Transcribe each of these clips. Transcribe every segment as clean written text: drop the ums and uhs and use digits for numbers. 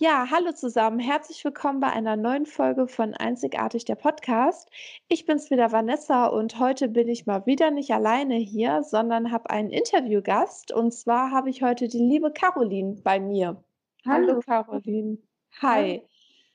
Ja, hallo zusammen. Herzlich willkommen bei einer neuen Folge von Einzigartig der Podcast. Ich bin's wieder Vanessa und heute bin ich mal wieder nicht alleine hier, sondern habe einen Interviewgast. Und zwar habe ich heute die liebe Caroline bei mir. Hallo Hallo. Caroline. Hallo. Hi.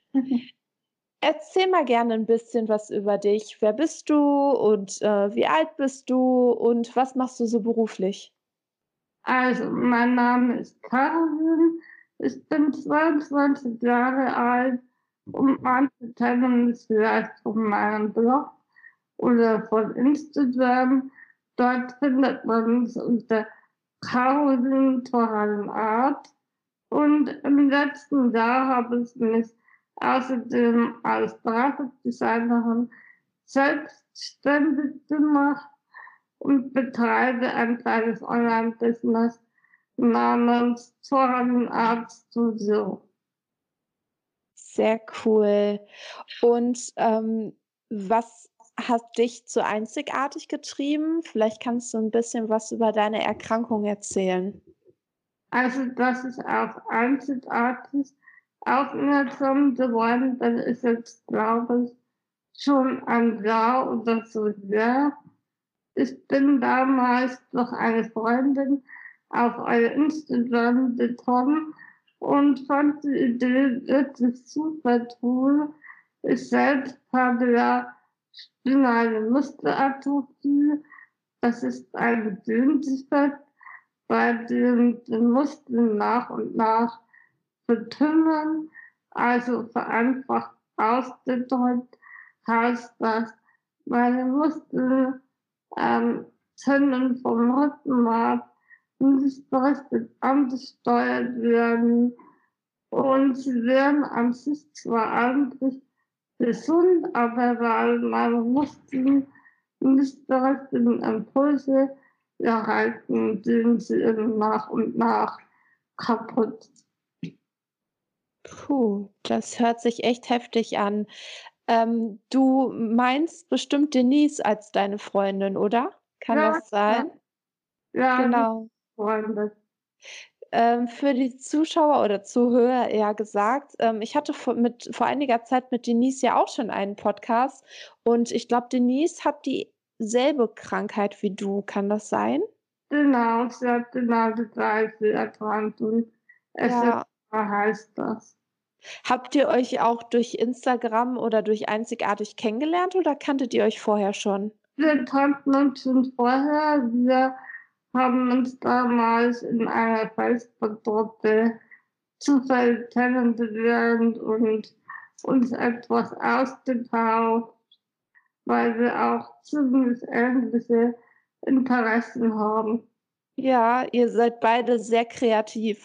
Erzähl mal gerne ein bisschen was über dich. Wer bist du und wie alt bist du und was machst du so beruflich? Also, mein Name ist Caroline. Ich bin 22 Jahre alt und manche kennen mich vielleicht von meinem Blog oder von Instagram. Dort findet man mich unter Caroline Art. Und im letzten Jahr habe ich mich außerdem als Grafikdesignerin selbstständig gemacht und betreibe ein kleines Online-Business namens Zoran Art Studio. Sehr cool. Und, was hat dich zu Einzigartig getrieben? Vielleicht kannst du ein bisschen was über deine Erkrankung erzählen. Also, dass ich auf einzigartig aufmerksam geworden bin, ist jetzt, glaube ich, schon ein Jahr oder so her. Ich bin damals durch eine Freundin auf euer Instagram gekommen und fand die Idee wirklich super cool. Ich selbst habe ja spinale Muskelatrophie. Das ist ein Gehirndefekt, bei dem die Muskeln nach und nach vertümmern. Also vereinfacht ausgedrückt heißt das, meine Muskeln können vom Rückenmark nicht richtig angesteuert werden. Und sie werden an sich zwar eigentlich gesund, aber weil meine Muskeln nicht die richtigen Impulse erhalten, gehen sie eben nach und nach kaputt. Puh, das hört sich echt heftig an. Du meinst bestimmt Denise als deine Freundin, oder? Kann Ja, das sein? ja, die Genau. Freunde. Für die Zuschauer oder Zuhörer eher gesagt, ich hatte vor einiger Zeit mit Denise ja auch schon einen Podcast und ich glaube, Denise hat dieselbe Krankheit wie du. Kann das sein? Genau, sie hat genau die gleiche Erkrankung. Ja. SMA heißt das. Habt ihr euch auch durch Instagram oder durch Einzigartig kennengelernt oder kanntet ihr euch vorher schon? Wir kannten uns schon vorher. Wir haben uns damals in einer Facebook-Gruppe zufällig kennengelernt und uns etwas ausgetauscht, weil wir auch ziemlich ähnliche Interessen haben. Ja, ihr seid beide sehr kreativ.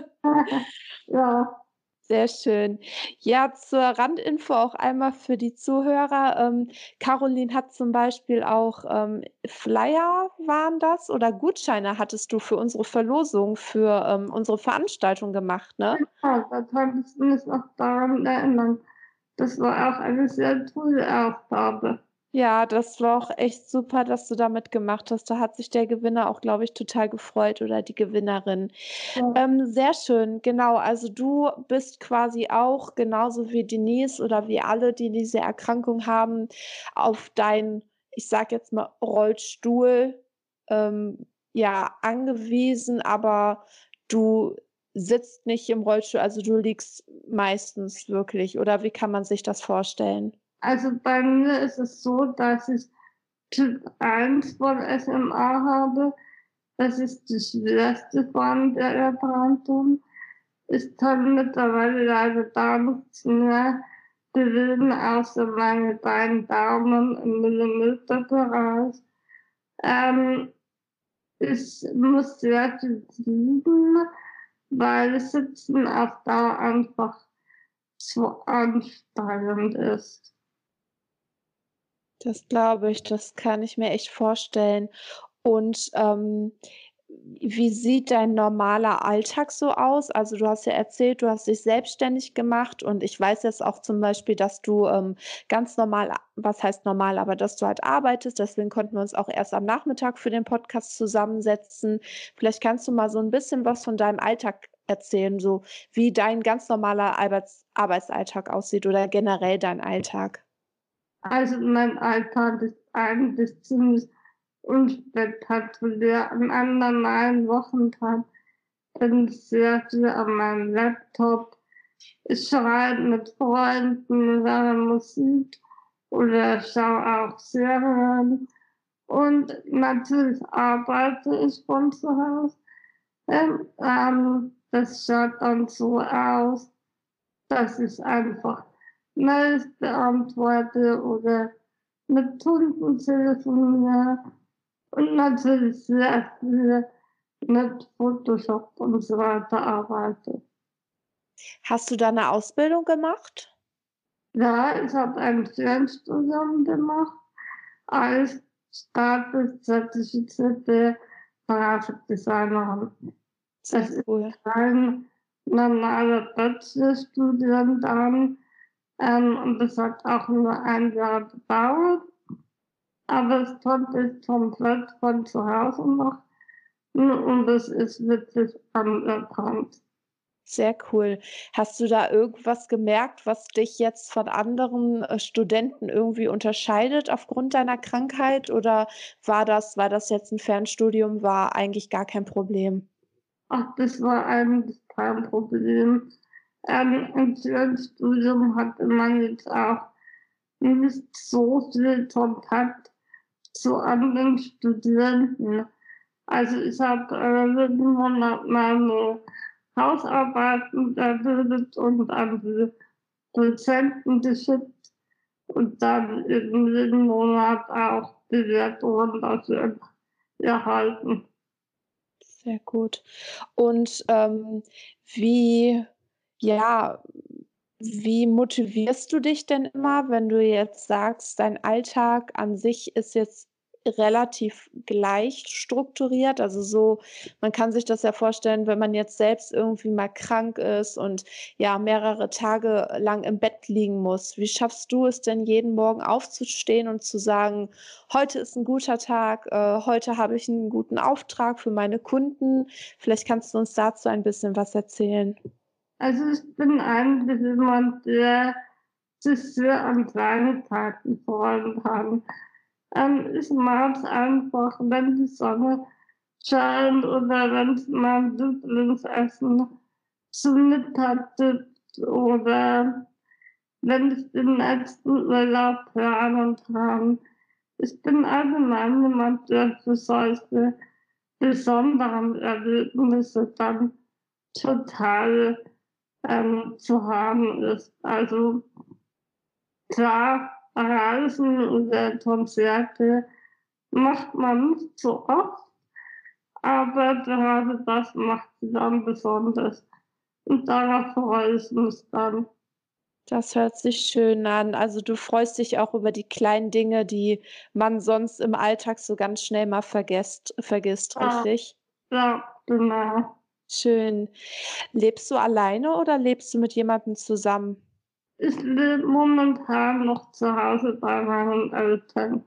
Ja, Sehr schön. Ja, zur Randinfo auch einmal für die Zuhörer. Caroline hat zum Beispiel auch, Flyer waren das oder Gutscheine hattest du für unsere Verlosung für, unsere Veranstaltung gemacht, ne? da kann ich mich noch daran erinnern. Das war auch eine sehr tolle Aufgabe. Ja, das war auch echt super, dass du da mitgemacht hast. Da hat sich der Gewinner auch, glaube ich, total gefreut oder die Gewinnerin. Ja. Sehr schön, genau. Also du bist quasi auch genauso wie Denise oder wie alle, die diese Erkrankung haben, auf deinen, ich sage jetzt mal, Rollstuhl, ja, angewiesen, aber du sitzt nicht im Rollstuhl, also du liegst meistens wirklich, oder wie kann man sich das vorstellen? Also bei mir ist es so, dass ich Typ 1 von SMA habe. Das ist die schwerste Form der Erkrankung. Ich kann mittlerweile leider gar nichts mehr bewegen, außer meine beiden Daumen im Millimeterbereich. Ähm, Ich muss sehr viel fliegen, weil Sitzen auf Dauer einfach zu anstrengend ist. Das glaube ich, das kann ich mir echt vorstellen. Und, wie sieht dein normaler Alltag so aus? Also, du hast ja erzählt, du hast dich selbstständig gemacht und ich weiß jetzt auch zum Beispiel, dass du, ganz normal was heißt normal, aber dass du halt arbeitest, deswegen konnten wir uns auch erst am Nachmittag für den Podcast zusammensetzen. Vielleicht kannst du mal so ein bisschen was von deinem Alltag erzählen, so wie dein ganz normaler Arbeitsalltag aussieht oder generell dein Alltag? Also mein Alltag ist eigentlich ziemlich unspektakulär. An einem normalen Wochentag bin ich sehr viel an meinem Laptop. Ich schreibe mit Freunden, höre Musik oder schaue auch Serien. Und natürlich arbeite ich von zu Hause. Das schaut dann so aus, dass ich einfach Mails beantworte oder mit Kunden telefoniere und natürlich sehr viel mit Photoshop und so weiter arbeite. Hast du da 'ne Ausbildung gemacht? Ja, ich habe ein Fernstudium gemacht als staatlich zertifizierte Grafikdesignerin. Sehr Das ist cool. kein normaler Bachelorstudiengang, und das hat auch nur ein Jahr gedauert, aber das konnte ich komplett von zu Hause machen und das ist wirklich anerkannt. Sehr cool. Hast du da irgendwas gemerkt, was dich jetzt von anderen, Studenten irgendwie unterscheidet aufgrund deiner Krankheit oder war das jetzt 'n Fernstudium, war eigentlich gar kein Problem? Ach, das war eigentlich kein Problem. Im Fernstudium hatte man jetzt auch nicht so viel Kontakt zu anderen Studierenden. Also ich habe jeden Monat meine Hausarbeiten erledigt und an die Dozenten geschickt und dann in jeden Monat auch die Bewertungen dafür erhalten. Sehr gut. Und, wie ja, wie motivierst du dich denn immer, wenn du jetzt sagst, dein Alltag an sich ist jetzt relativ gleich strukturiert? Also so man kann sich das ja vorstellen, wenn man jetzt selbst irgendwie mal krank ist und, ja, mehrere Tage lang im Bett liegen muss. Wie schaffst du es denn, jeden Morgen aufzustehen und zu sagen: „Heute ist 'n guter Tag, heute habe ich 'n guten Auftrag für meine Kunden.“ Vielleicht kannst du uns dazu ein bisschen was erzählen. Also ich bin eigentlich jemand, der sich sehr an Kleinigkeiten freuen kann. Ich mag es einfach, wenn die Sonne scheint oder wenn es mein Lieblingsessen zum Mittag gibt oder wenn ich den nächsten Urlaub planen kann. Ich bin allgemein jemand, der für solche besonderen Erlebnisse dann total zu haben ist. Also klar, Reisen oder Konzerte macht man nicht so oft, aber gerade das macht sie dann besonders. Und darauf freue ich mich dann. Das hört sich schön an. Also, du freust dich auch über die kleinen Dinge, die man sonst im Alltag so ganz schnell mal vergisst, Ja, richtig? ja, genau. Schön. Lebst du alleine oder lebst du mit jemandem zusammen? Ich lebe momentan noch zu Hause bei meinen Eltern.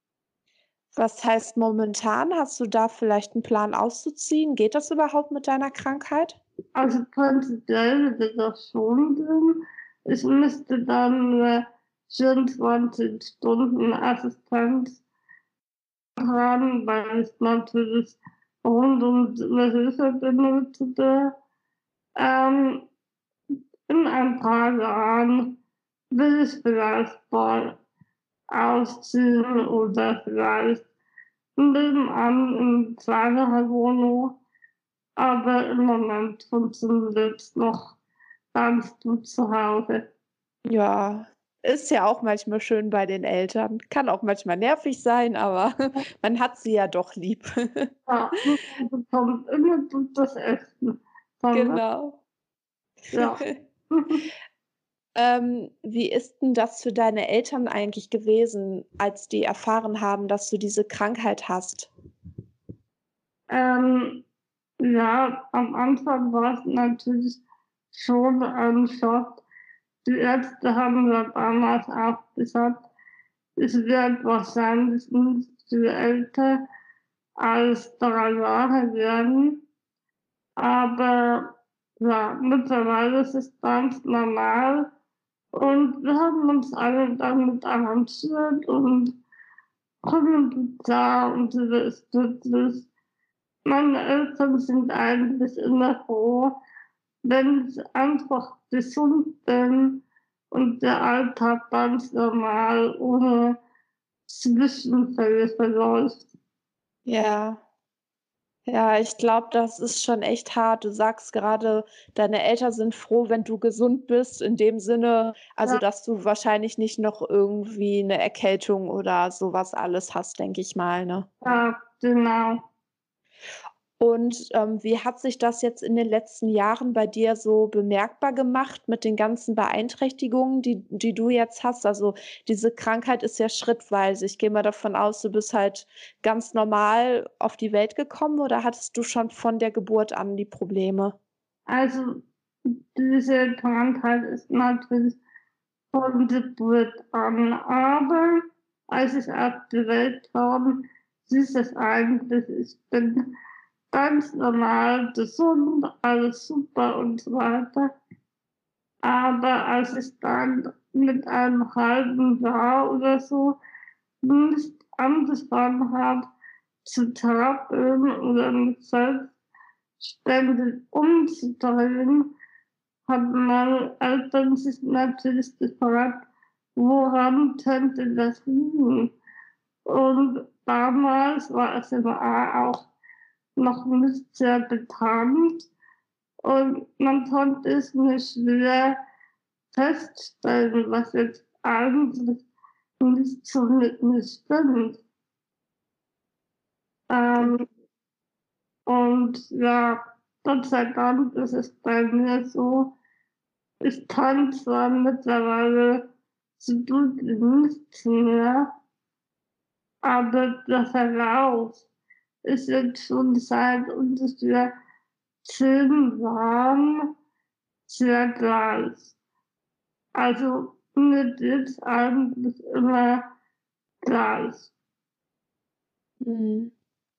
Was heißt momentan? Hast du da vielleicht 'n Plan auszuziehen? Geht das überhaupt mit deiner Krankheit? Also prinzipiell würde das schon gehen. Ich müsste dann 24 Stunden Assistenz haben, weil ich natürlich rund um die Hilfe benötige. Ähm, in ein paar Jahren will ich vielleicht mal ausziehen oder vielleicht nebenan in kleinerer Wohnung. Aber im Moment funktioniert's noch ganz gut zu Hause. Ja, ist ja auch manchmal schön bei den Eltern. Kann auch manchmal nervig sein, aber man hat sie ja doch lieb. Ja, und man bekommt immer gutes Essen von mir. Genau. Ja. Wie ist 'n das für deine Eltern eigentlich gewesen, als die erfahren haben, dass du diese Krankheit hast? Ähm, ja, am Anfang war's natürlich schon ein Schock. Die Ärzte haben ja damals auch gesagt, ich werde wahrscheinlich nicht viel älter als 3 Jahre werden. Aber Ja, mittlerweile ist es ganz normal und wir haben uns alle damit arrangiert und kommen gut klar und sie ist glücklich. Meine Eltern sind eigentlich immer froh, wenn sie einfach gesund sind und der Alltag ganz normal ohne Zwischenfälle verläuft. Ja. Ja, ich glaube, das ist schon echt hart. Du sagst gerade, deine Eltern sind froh, wenn du gesund bist, in dem Sinne, also, Ja, dass du wahrscheinlich nicht noch irgendwie 'ne Erkältung oder so was alles hast, denke ich mal, ne? ja, genau. Und, wie hat sich das jetzt in den letzten Jahren bei dir so bemerkbar gemacht mit den ganzen Beeinträchtigungen, die du jetzt hast? Also, diese Krankheit ist ja schrittweise. Ich gehe mal davon aus, du bist halt ganz normal auf die Welt gekommen oder hattest du schon von der Geburt an die Probleme? Also, diese Krankheit ist natürlich von Geburt an, aber als ich auf die Welt kam, hieß es eigentlich, ich bin ganz normal gesund, alles super und so weiter. Aber als ich dann mit einem halben Jahr oder so nicht angefangen habe zu tappeln oder mich selbstständig umzudrehen, haben meine Eltern sich natürlich gefragt, woran könnte das liegen? Und damals war SMA auch noch nicht sehr bekannt und man konnte es nur schwer feststellen, was jetzt eigentlich nicht so mit mir stimmt. Ähm, und ja, Gott sei Dank ist es bei mir so, ich kann zwar mittlerweile so gut wie nichts mehr, aber der Verlauf ist jetzt schon seit ungefähr 10 Jahren sehr gleich. Also mir geht's eigentlich immer gleich. Mhm.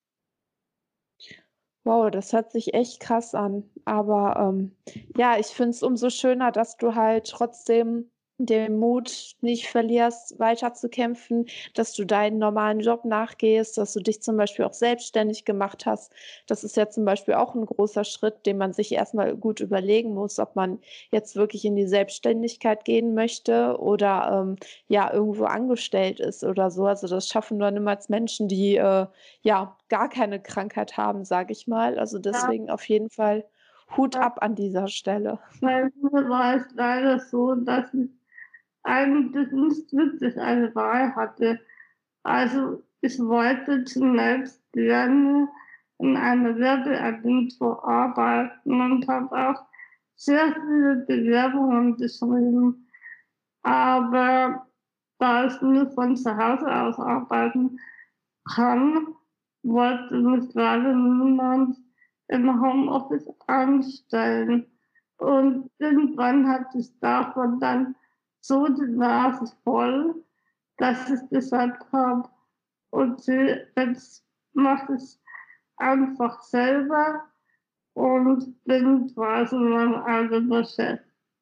Wow, das hört sich echt krass an. Aber, ja, ich finde es umso schöner, dass du halt trotzdem den Mut nicht verlierst, weiterzukämpfen, dass du deinen normalen Job nachgehst, dass du dich zum Beispiel auch selbstständig gemacht hast. Das ist ja zum Beispiel auch ein großer Schritt, den man sich erst mal gut überlegen muss, ob man jetzt wirklich in die Selbstständigkeit gehen möchte oder, ja, irgendwo angestellt ist oder so. Also, das schaffen wir niemals Menschen, die, ja, gar keine Krankheit haben, sage ich mal. Also, Ja, deswegen auf jeden Fall Hut ja, ab an dieser Stelle. bei mir war es leider so, dass ich eigentlich nicht wirklich eine Wahl hatte. Also ich wollte zunächst gerne in einer Werbeagentur arbeiten und habe auch sehr viele Bewerbungen geschrieben. Aber da ich nur von zu Hause aus arbeiten kann, wollte mich leider niemand im Homeoffice anstellen. Und irgendwann hatte ich davon dann so die Nase voll, dass ich gesagt habe, okay, jetzt mache ich einfach selber und bin quasi mein eigener Chef.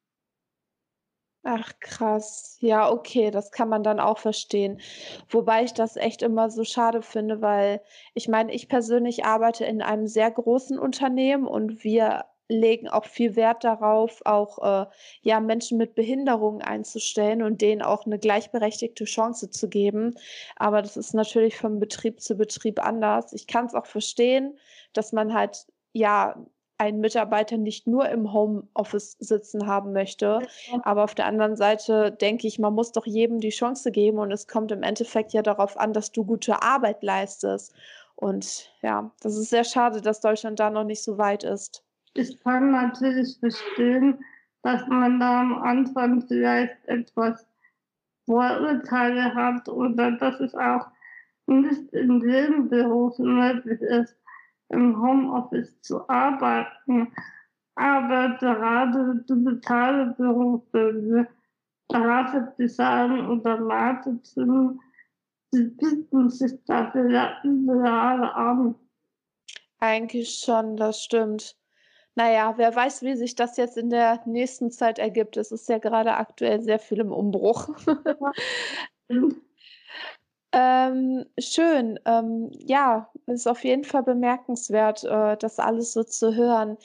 Ach krass. Ja, okay, das kann man dann auch verstehen. Wobei ich das echt immer so schade finde, weil ich meine, ich persönlich arbeite in einem sehr großen Unternehmen und wir legen auch viel Wert darauf, auch, ja, Menschen mit Behinderungen einzustellen und denen auch eine gleichberechtigte Chance zu geben. Aber das ist natürlich von Betrieb zu Betrieb anders. Ich kann es auch verstehen, dass man halt, ja, einen Mitarbeiter nicht nur im Homeoffice sitzen haben möchte, aber auf der anderen Seite denke ich, man muss doch jedem die Chance geben und es kommt im Endeffekt ja darauf an, dass du gute Arbeit leistest. Und ja, das ist sehr schade, dass Deutschland da noch nicht so weit ist. Ich kann natürlich verstehen, dass man da am Anfang vielleicht etwas Vorurteile hat oder dass es auch nicht in jedem Beruf möglich ist, im Homeoffice zu arbeiten. Aber gerade digitale Berufe wie Grafikdesign oder Marketing, die bieten sich dafür ja überall an. Eigentlich schon, das stimmt. Na ja, wer weiß, wie sich das jetzt in der nächsten Zeit ergibt. Es ist ja gerade aktuell sehr viel im Umbruch. Ja, stimmt. Schön. Ja, ist auf jeden Fall bemerkenswert, das alles so zu hören.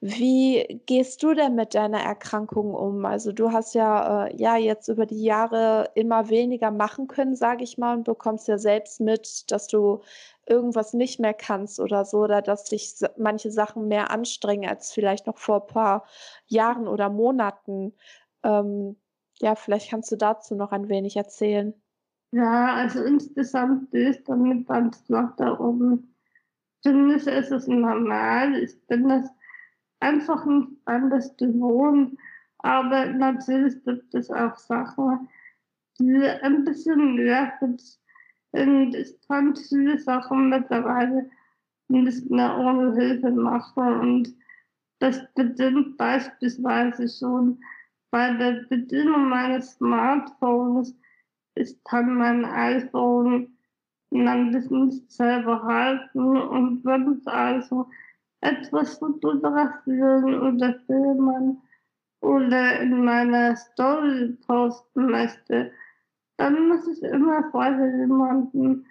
Wie gehst du denn mit deiner Erkrankung um? Also, du hast ja, ja, jetzt über die Jahre immer weniger machen können, sage ich mal, und bekommst ja selbst mit, dass du irgendwas nicht mehr kannst oder so, oder dass dich manche Sachen mehr anstrengen als vielleicht noch vor ein paar Jahren oder Monaten. Ähm, ja, vielleicht kannst du dazu noch ein wenig erzählen. Ja, also insgesamt sehe ich damit ganz locker um. Für mich ist es normal. Ich bin das einfach nicht anders gewohnt. Aber natürlich gibt es auch Sachen, die ein bisschen nervig sind. Ich kann viele Sachen mittlerweile nicht mehr ohne Hilfe machen. Und das beginnt beispielsweise schon bei der Bedienung meines Smartphones. Ich kann mein iPhone nämlich nicht selber halten und wenn ich also etwas fotografieren oder filmen oder in meiner Story posten möchte, dann muss ich immer vorher jemanden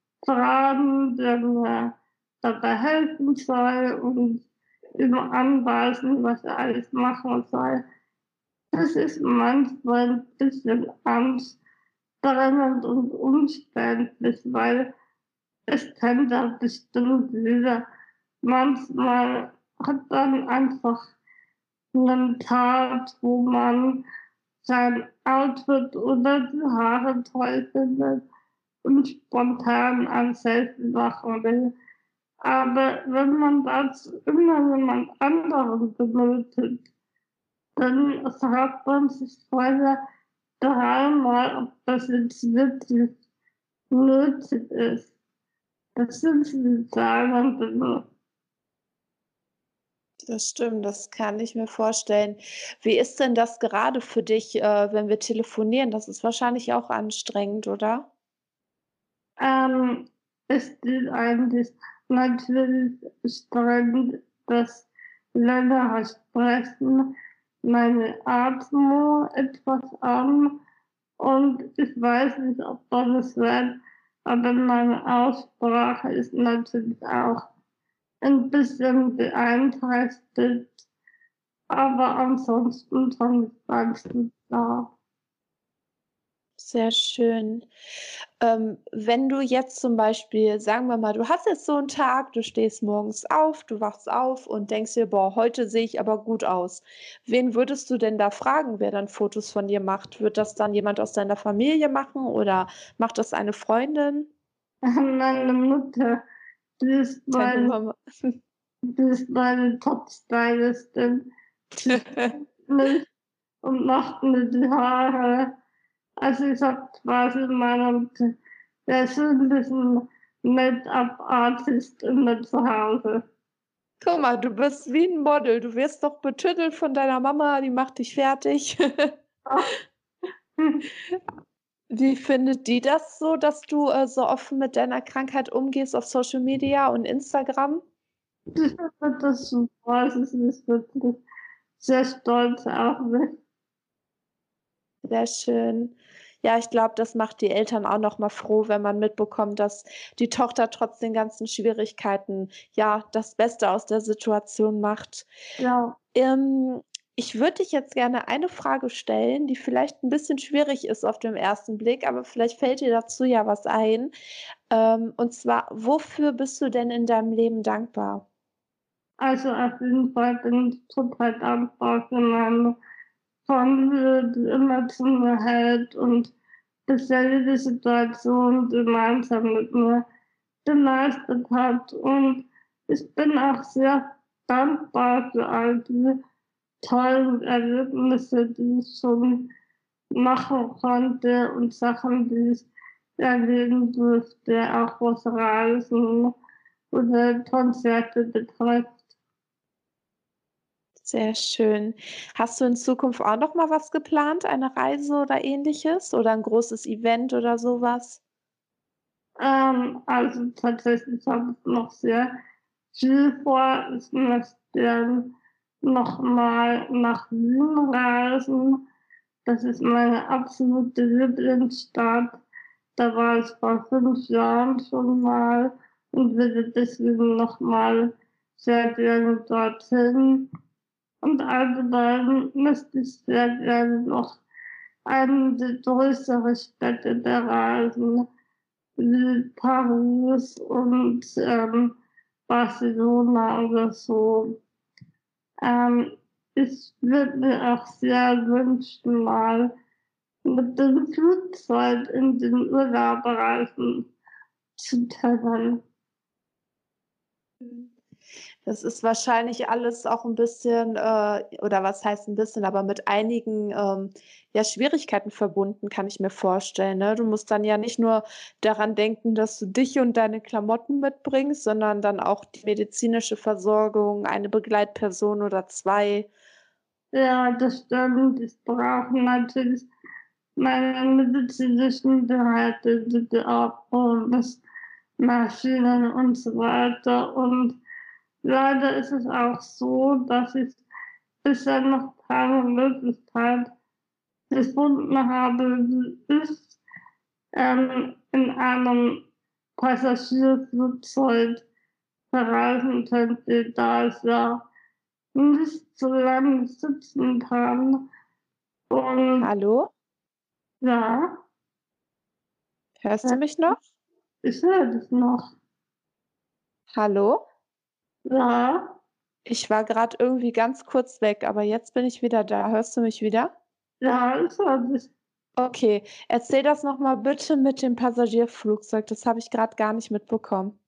fragen, der mir dabei helfen soll und immer anweisen, was er alles machen soll. Das ist manchmal ein bisschen anstrengend und umständlich, weil es kennt ja bestimmt jeder. Manchmal hat man einfach einen Tag, wo man sein Outfit oder die Haare toll findet und spontan ein Selfie machen will. Aber wenn man dazu immer jemand anderen benötigt, dann fragt man sich vorher dreimal, ob das jetzt wirklich nötig ist. Das sind die Zahlen. Das stimmt, das kann ich mir vorstellen. Wie ist denn das gerade für dich, wenn wir telefonieren? Das ist wahrscheinlich auch anstrengend, oder? Ähm, Es geht eigentlich natürlich streng das längere Sprechen meine Atmung etwas an und ich weiß nicht, ob man es wird, aber meine Aussprache ist natürlich auch ein bisschen beeinträchtigt, aber ansonsten kann ich ganz gut klar. Sehr schön. Wenn du jetzt zum Beispiel, sagen wir mal, du hast jetzt so einen Tag, du stehst morgens auf, du wachst auf und denkst dir: „Boah, heute sehe ich aber gut aus.“ Wen würdest du denn da fragen, wer dann Fotos von dir macht? Wird das dann jemand aus deiner Familie machen oder macht das eine Freundin? Meine Mutter, die ist Deine meine Mama? Das ist meine Top-Stylistin. Die mich und macht mir die Haare. Also ich habe quasi meinen persönlichen Make-up-Artist immer zu Hause. Guck mal, du bist wie 'n Model. Du wirst doch betüttelt von deiner Mama, die macht dich fertig. Wie findet die das so, dass du, so offen mit deiner Krankheit umgehst auf Social Media und Instagram? Ich finde das super. Es ist wirklich sehr stolz auf mich. Sehr schön. Ja, ich glaube, das macht die Eltern auch noch mal froh, wenn man mitbekommt, dass die Tochter trotz den ganzen Schwierigkeiten, ja, das Beste aus der Situation macht. Ja, Ähm, Ich würde dich jetzt gerne eine Frage stellen, die vielleicht ein bisschen schwierig ist auf den ersten Blick, aber vielleicht fällt dir dazu ja was ein. Und zwar: Wofür bist du denn in deinem Leben dankbar? also auf jeden Fall bin ich total dankbar für meine Familie, die immer zu mir hält und bisher jede Situation gemeinsam mit mir gemeistert hat. Und ich bin auch sehr dankbar für all die tollen Erlebnisse, die ich schon machen konnte und Sachen, die ich erleben durfte, auch was Reisen oder Konzerte betrifft. Sehr schön. Hast du in Zukunft auch noch mal was geplant, eine Reise oder Ähnliches oder ein großes Event oder sowas? Also tatsächlich habe ich noch sehr viel vor. Ich möchte gern nochmal nach Wien reisen. Das ist meine absolute Lieblingsstadt. Da war ich vor 5 Jahren schon mal und würde deswegen nochmal sehr gerne dorthin. Und allgemein möchte ich sehr gerne noch einige größere Städte bereisen, wie Paris und Barcelona oder so. Ähm, Ich würde mir auch sehr wünschen, mal mit dem Flugzeug in den Urlaub reisen zu können. Das ist wahrscheinlich alles auch ein bisschen, oder was heißt ein bisschen, aber mit einigen, ja, Schwierigkeiten verbunden, kann ich mir vorstellen, ne? Du musst dann ja nicht nur daran denken, dass du dich und deine Klamotten mitbringst, sondern dann auch die medizinische Versorgung, eine Begleitperson oder 2. Ja, das stimmt. Ich brauche natürlich meine medizinischen Geräte, die Maschinen und so weiter. Und leider ist es auch so, dass ich bisher noch keine Möglichkeit gefunden habe, wie ich in einem Passagierflugzeug verreisen könnte, da ich ja nicht so lange sitzen kann. Und Hallo? ja, Hörst du mich noch? ich höre das noch. Hallo? Ja, Ich war gerade irgendwie ganz kurz weg, aber jetzt bin ich wieder da. Hörst du mich wieder? ja, ich höre das. Okay, erzähl das noch mal bitte mit dem Passagierflugzeug. Das habe ich gerade gar nicht mitbekommen.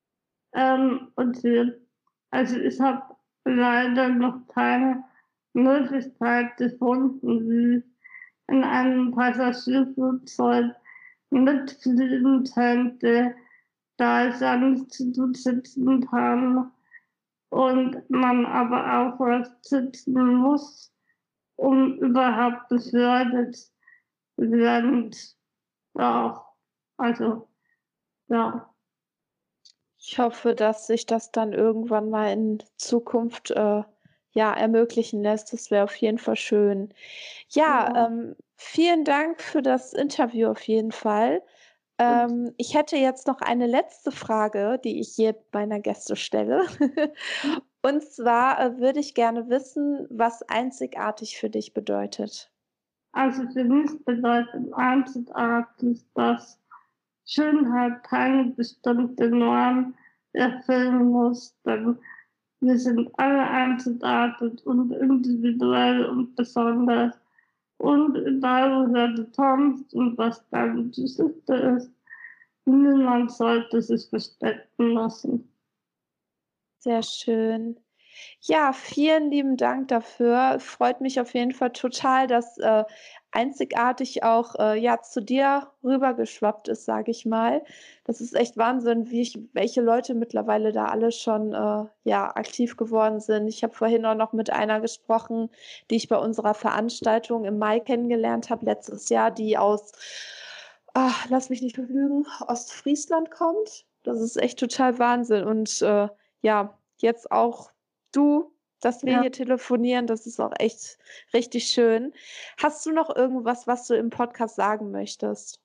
Okay. Also ich habe leider noch keine Möglichkeit gefunden, wie ich in einem Passagierflugzeug mitfliegen könnte, da ich ja nicht zu gut sitzen kann und man aber auch was sitzen muss, um überhaupt befördert werden. Ja, also, ja. Ich hoffe, dass sich das dann irgendwann mal in Zukunft, ja, ermöglichen lässt. Das wäre auf jeden Fall schön. Ja, Ja. vielen Dank für das Interview auf jeden Fall. Ich hätte jetzt noch eine letzte Frage, die ich jedem meiner Gäste stelle. Und zwar, würde ich gerne wissen, was einzigartig für dich bedeutet. Also für mich bedeutet einzigartig, dass Schönheit keine bestimmte Norm erfüllen muss, denn wir sind alle einzigartig und individuell und besonders. Und egal woher du kommst und was deine Geschichte ist, niemand sollte sich verstecken lassen. Sehr schön. Ja, vielen lieben Dank dafür. Freut mich auf jeden Fall total, dass, einzigartig auch, ja, zu dir rübergeschwappt ist, sage ich mal. Das ist echt Wahnsinn, welche Leute mittlerweile da alle schon, ja, aktiv geworden sind. Ich habe vorhin auch noch mit einer gesprochen, die ich bei unserer Veranstaltung im Mai kennengelernt habe letztes Jahr, die aus, lass mich nicht lügen, Ostfriesland kommt. Das ist echt total Wahnsinn und, ja, jetzt auch du, dass wir Ja, hier telefonieren, das ist auch echt richtig schön. Hast du noch irgendwas, was du im Podcast sagen möchtest?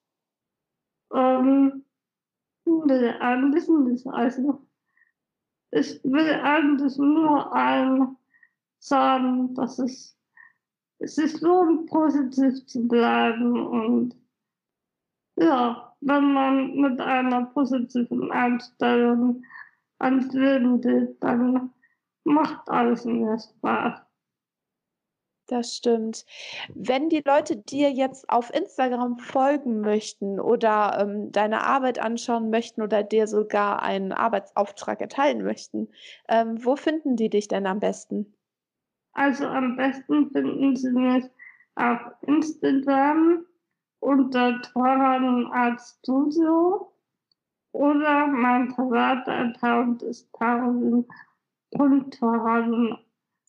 ähm, nee, eigentlich nicht. Also, ich will eigentlich nur allen sagen, dass es sich lohnt, positiv zu bleiben und ja, wenn man mit einer positiven Einstellung ans Leben geht, dann macht alles mehr Spaß. Das stimmt. Wenn die Leute dir jetzt auf Instagram folgen möchten oder, deine Arbeit anschauen möchten oder dir sogar einen Arbeitsauftrag erteilen möchten, wo finden die dich denn am besten? Also am besten finden Sie mich auf Instagram unter Torhan Art Studio oder mein privater Account ist Tarun.torhanart.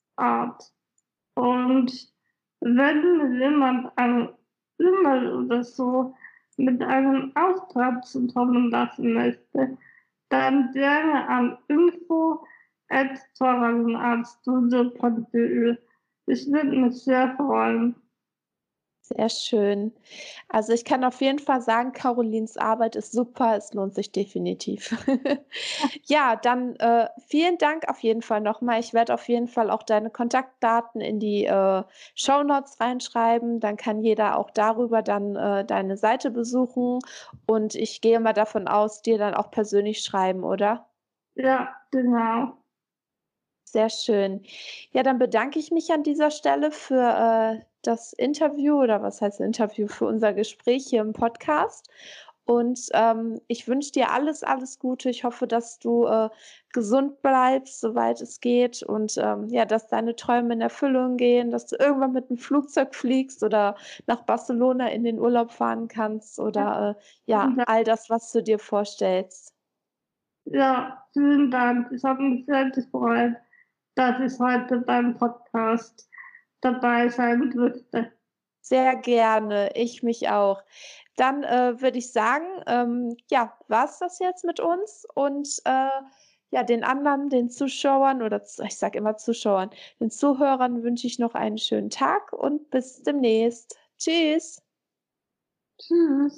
Und wenn jemand ein E-Mail oder so mit einem Auftrag zukommen lassen möchte, dann gerne an info @caroline@studio.de. Ich würde mich sehr freuen. Sehr schön. Also, ich kann auf jeden Fall sagen, Carolines Arbeit ist super, es lohnt sich definitiv. Ja, dann, vielen Dank auf jeden Fall noch mal. Ich werde auf jeden Fall auch deine Kontaktdaten in die, Shownotes reinschreiben. Dann kann jeder auch darüber dann, deine Seite besuchen und ich gehe mal davon aus, dir dann auch persönlich schreiben, oder? Ja, genau. Sehr schön. Ja, dann bedanke ich mich an dieser Stelle für, das Interview oder was heißt Interview, für unser Gespräch hier im Podcast. Und, ich wünsche dir alles, alles Gute. Ich hoffe, dass du, gesund bleibst, soweit es geht und, ja, dass deine Träume in Erfüllung gehen, dass du irgendwann mit dem Flugzeug fliegst oder nach Barcelona in den Urlaub fahren kannst Ja, oder, vielen ja, Dank. all das, was du dir vorstellst. Ja, vielen Dank. Ich habe mich sehr gefreut, dass ich heute beim Podcast dabei sein durfte. Sehr gerne, ich mich auch. Dann, würde ich sagen, ja, war's das jetzt mit uns und, ja, den anderen, den Zuschauern oder z ich sage immer Zuschauern, den Zuhörern wünsche ich noch einen schönen Tag und bis demnächst. Tschüss. Tschüss.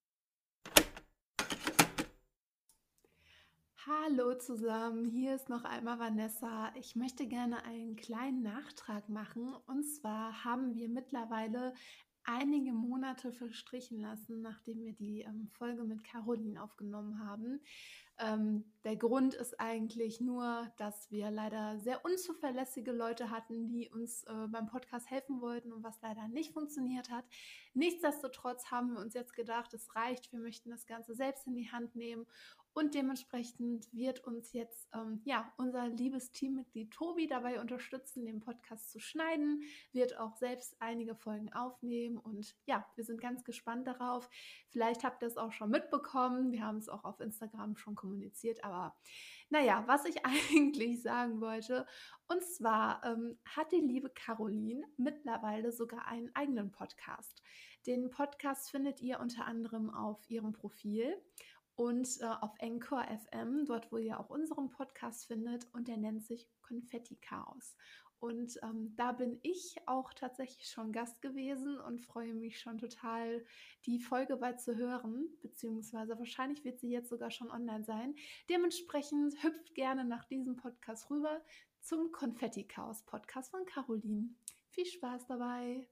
Hallo zusammen, hier ist noch einmal Vanessa. Ich möchte gerne einen kleinen Nachtrag machen. Und zwar haben wir mittlerweile einige Monate verstrichen lassen, nachdem wir die Folge mit Caroline aufgenommen haben. Der Grund ist eigentlich nur, dass wir leider sehr unzuverlässige Leute hatten, die uns beim Podcast helfen wollten und was leider nicht funktioniert hat. Nichtsdestotrotz haben wir uns jetzt gedacht, es reicht, wir möchten das Ganze selbst in die Hand nehmen. Und dementsprechend wird uns jetzt unser liebes Teammitglied Tobi dabei unterstützen, den Podcast zu schneiden, wird auch selbst einige Folgen aufnehmen und ja, wir sind ganz gespannt darauf. Vielleicht habt ihr es auch schon mitbekommen, wir haben es auch auf Instagram schon kommuniziert, aber naja, was ich eigentlich sagen wollte, und zwar hat die liebe Caroline mittlerweile sogar einen eigenen Podcast. Den Podcast findet ihr unter anderem auf ihrem Profil und auf Anchor FM, dort wo ihr auch unseren Podcast findet, und der nennt sich Konfetti Chaos. Und da bin ich auch tatsächlich schon Gast gewesen und freue mich schon total, die Folge bald zu hören, beziehungsweise wahrscheinlich wird sie jetzt sogar schon online sein. Dementsprechend hüpft gerne nach diesem Podcast rüber zum Konfetti Chaos Podcast von Caroline. Viel Spaß dabei!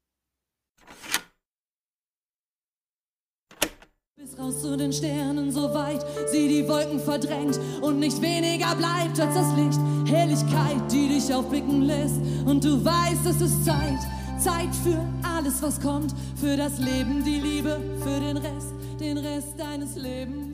Bis raus zu den Sternen, so weit sie die Wolken verdrängt und nicht weniger bleibt als das Licht. Helligkeit, die dich aufblicken lässt und du weißt, es ist Zeit für alles, was kommt, für das Leben, die Liebe, für den Rest deines Lebens.